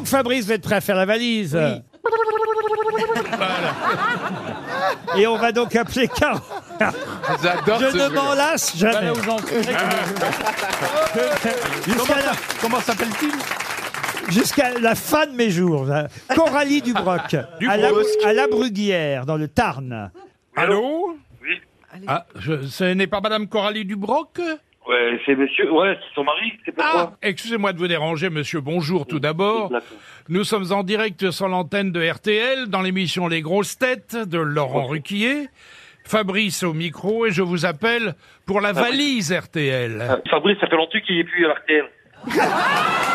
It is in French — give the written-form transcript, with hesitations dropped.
Donc Fabrice, vous êtes prêt à faire la valise? Oui. Et on va donc appeler Caro. J'adore Je ce ne jeu. m'en lasse jamais. Comment s'appelle-t-il? Jusqu'à la fin de mes jours. Coralie Dubroc, à la Bruguière, dans le Tarn. Allô? Oui. Ah, ce n'est pas Madame Coralie Dubroc? Ouais, c'est monsieur. Ouais, c'est son mari. C'est pourquoi? Excusez-moi de vous déranger, monsieur. Bonjour tout d'abord. D'accord. Nous sommes en direct sur l'antenne de RTL dans l'émission Les Grosses Têtes de Laurent Ruquier. Fabrice au micro et je vous appelle pour la valise RTL. Fabrice, ça fait longtemps qu'il n'est plus à RTL.